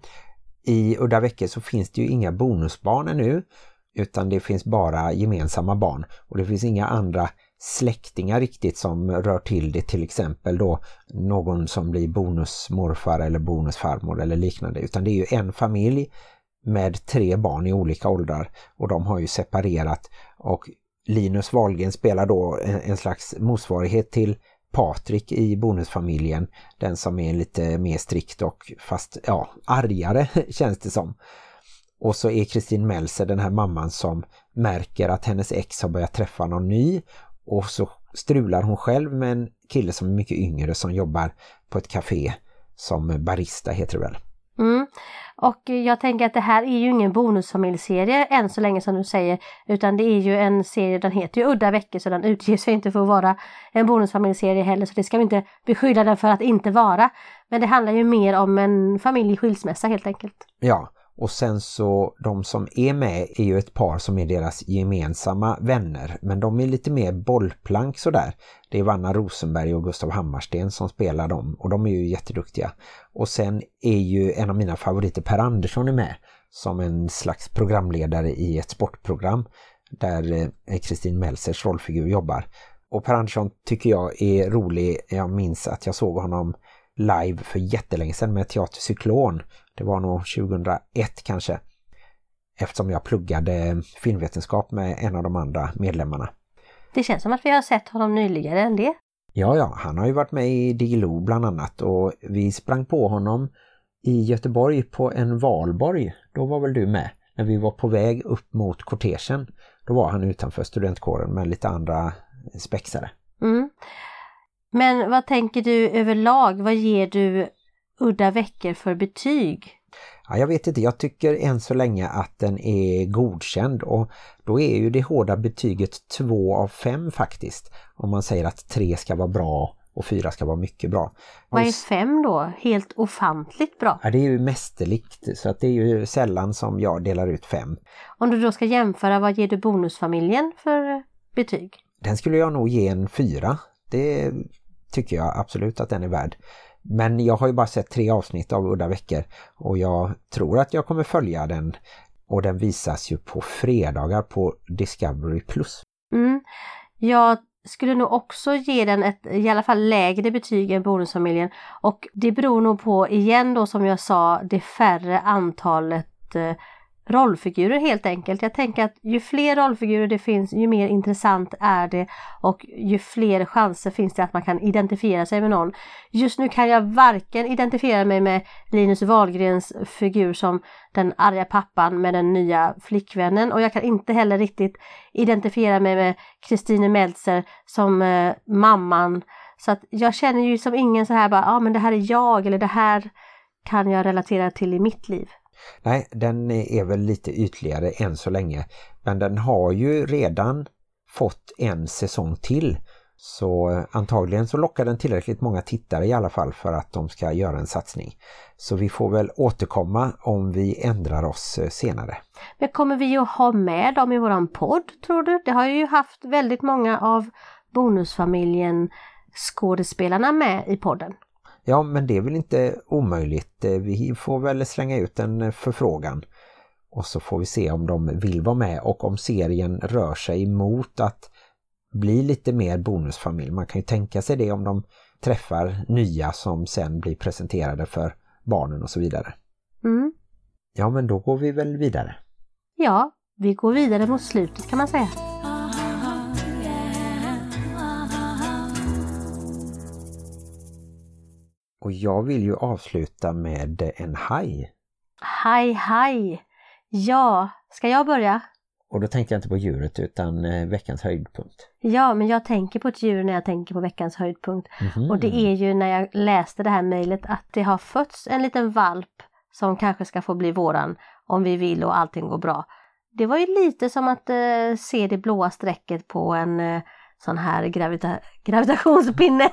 I Udda veckor så finns det ju inga bonusbarn ännu, utan det finns bara gemensamma barn. Och det finns inga andra släktingar riktigt som rör till det, till exempel då någon som blir bonusmorfar eller bonusfarmor eller liknande, utan det är ju en familj med 3 barn i olika åldrar, och de har ju separerat, och Linus Wahlgren spelar då en slags motsvarighet till Patrik i Bonusfamiljen, den som är lite mer strikt och fast argare känns det som. Och så är Kristine Meltzer den här mamman som märker att hennes ex har börjat träffa någon ny, och så strular hon själv med en kille som är mycket yngre som jobbar på ett café som barista, heter det väl. Och jag tänker att det här är ju ingen bonusfamiljserie än så länge, som du säger, utan det är ju en serie, den heter ju Udda veckor, så den utger sig inte för att vara en bonusfamiljserie heller, så det ska vi inte beskylla den för att inte vara. Men det handlar ju mer om en familj skilsmässa helt enkelt. Ja, och sen så de som är med är ju ett par som är deras gemensamma vänner, men de är lite mer bollplank sådär. Det är Vanna Rosenberg och Gustav Hammarsten som spelar dem, och de är ju jätteduktiga. Och sen är ju en av mina favoriter, Per Andersson, är med, som en slags programledare i ett sportprogram där Kristin Meltzers rollfigur jobbar. Och Per Andersson tycker jag är rolig. Jag minns att jag såg honom live för jättelänge sedan med Teater Cyklon. Det var nog 2001 kanske. Eftersom jag pluggade filmvetenskap med en av de andra medlemmarna. Det känns som att vi har sett honom nyligare än det. Ja, han har ju varit med i Diggiloo bland annat och vi sprang på honom i Göteborg på en valborg. Då var väl du med när vi var på väg upp mot kortegen. Då var han utanför studentkåren med lite andra spexare. Mm. Men vad tänker du överlag? Vad ger du Udda veckor för betyg? Ja, jag vet inte, jag tycker än så länge att den är godkänd och då är ju det hårda betyget 2 av 5 faktiskt. Om man säger att 3 ska vara bra och 4 ska vara mycket bra. Vad är 5 då? Helt ofantligt bra. Ja, det är ju mästerligt så att det är ju sällan som jag delar ut 5. Om du då ska jämföra, vad ger du bonusfamiljen för betyg? Den skulle jag nog ge en 4. Det tycker jag absolut att den är värd. Men jag har ju bara sett 3 avsnitt av Udda veckor och jag tror att jag kommer följa den. Och den visas ju på fredagar på Discovery+. Jag skulle nog också ge den ett i alla fall lägre betyg än bonusfamiljen. Och det beror nog på, igen då som jag sa, det färre antalet rollfigurer helt enkelt. Jag tänker att ju fler rollfigurer det finns, ju mer intressant är det och ju fler chanser finns det att man kan identifiera sig med någon. Just nu kan jag varken identifiera mig med Linus Wahlgrens figur som den arga pappan med den nya flickvännen och jag kan inte heller riktigt identifiera mig med Kristine Meltzer som mamman. Så att jag känner ju som ingen så här bara, men det här är jag eller det här kan jag relatera till i mitt liv. Nej, den är väl lite ytligare än så länge. Men den har ju redan fått en säsong till. Så antagligen så lockar den tillräckligt många tittare i alla fall för att de ska göra en satsning. Så vi får väl återkomma om vi ändrar oss senare. Men kommer vi att ha med dem i våran podd, tror du? Det har ju haft väldigt många av bonusfamiljen skådespelarna med i podden. Ja, men det är väl inte omöjligt. Vi får väl slänga ut en förfrågan och så får vi se om de vill vara med och om serien rör sig mot att bli lite mer bonusfamilj. Man kan ju tänka sig det om de träffar nya som sen blir presenterade för barnen och så vidare. Ja, men då går vi väl vidare. Ja, vi går vidare mot slutet kan man säga. Och jag vill ju avsluta med en haj. Haj. Ja, ska jag börja? Och då tänkte jag inte på djuret utan veckans höjdpunkt. Ja, men jag tänker på ett djur när jag tänker på veckans höjdpunkt. Och det är ju när jag läste det här mejlet att det har fötts en liten valp som kanske ska få bli våran om vi vill och allting går bra. Det var ju lite som att se det blåa strecket på en sån här gravitationspinne.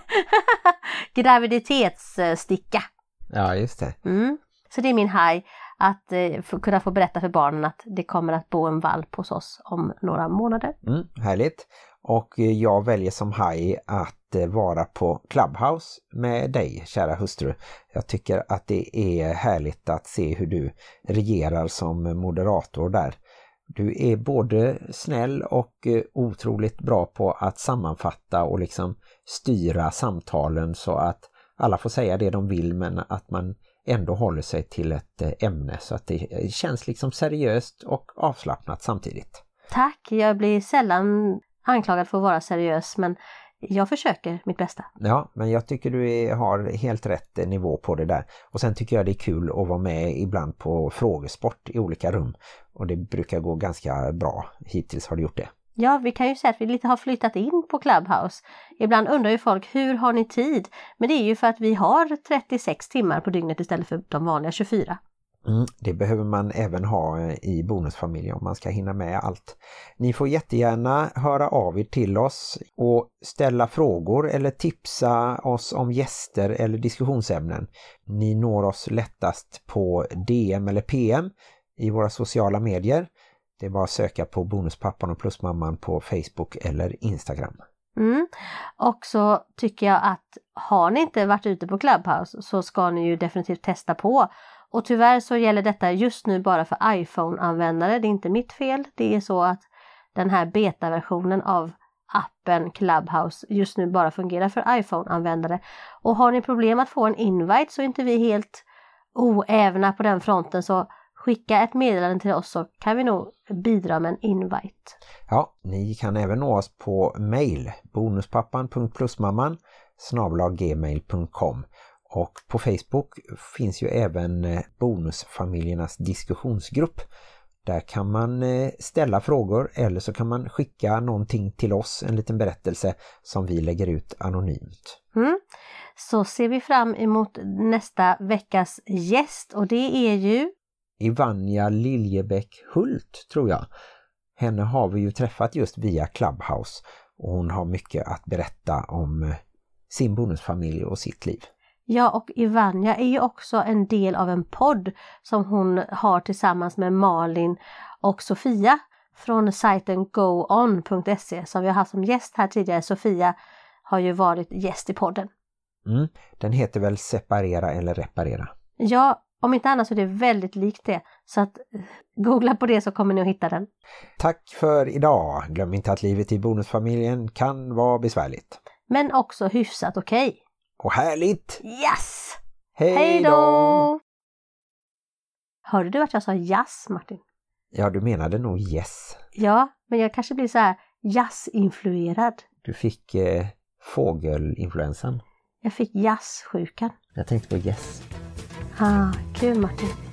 Graviditetssticka. Ja, just det. Så det är min haj att kunna få berätta för barnen att det kommer att bo en valp hos oss om några månader. Härligt. Och jag väljer som haj att vara på Clubhouse med dig, kära hustru. Jag tycker att det är härligt att se hur du regerar som moderator där. Du är både snäll och otroligt bra på att sammanfatta och liksom styra samtalen så att alla får säga det de vill men att man ändå håller sig till ett ämne så att det känns liksom seriöst och avslappnat samtidigt. Tack, jag blir sällan anklagad för att vara seriös men jag försöker mitt bästa. Ja, men jag tycker du har helt rätt nivå på det där. Och sen tycker jag det är kul att vara med ibland på frågesport i olika rum. Och det brukar gå ganska bra. Hittills har det gjort det. Ja, vi kan ju säga att vi lite har flyttat in på Clubhouse. Ibland undrar ju folk, hur har ni tid? Men det är ju för att vi har 36 timmar på dygnet istället för de vanliga 24. Det behöver man även ha i bonusfamiljen om man ska hinna med allt. Ni får jättegärna höra av er till oss och ställa frågor eller tipsa oss om gäster eller diskussionsämnen. Ni når oss lättast på DM eller PM i våra sociala medier. Det är bara att söka på Bonuspappan och Plusmamman på Facebook eller Instagram. Och så tycker jag att har ni inte varit ute på Clubhouse så ska ni ju definitivt testa på Och tyvärr så gäller detta just nu bara för iPhone-användare. Det är inte mitt fel. Det är så att den här beta-versionen av appen Clubhouse just nu bara fungerar för iPhone-användare. Och har ni problem att få en invite så är inte vi helt oävna på den fronten, så skicka ett meddelande till oss så kan vi nog bidra med en invite. Ja, ni kan även nå oss på mail bonuspappan.plusmamman@gmail.com. Och på Facebook finns ju även Bonusfamiljernas diskussionsgrupp. Där kan man ställa frågor eller så kan man skicka någonting till oss, en liten berättelse som vi lägger ut anonymt. Så ser vi fram emot nästa veckas gäst, och det är ju Ivanja Liljebäck Hult, tror jag. Henne har vi ju träffat just via Clubhouse och hon har mycket att berätta om sin bonusfamilj och sitt liv. Ja, och Ivanja är ju också en del av en podd som hon har tillsammans med Malin och Sofia från sajten goon.se som vi har haft som gäst här tidigare. Sofia har ju varit gäst i podden. Den heter väl Separera eller Reparera? Ja, om inte annat så är det väldigt likt det. Så att googla på det så kommer ni att hitta den. Tack för idag. Glöm inte att livet i bonusfamiljen kan vara besvärligt. Men också hyfsat okej. Och härligt! Yes! Hej då! Hörde du att jag sa jazz, Martin? Ja, du menade nog yes. Ja, men jag kanske blir så här jazzinfluerad. Du fick fågelinfluensan. Jag fick jazzsjukan. Jag tänkte på yes. Kul Martin.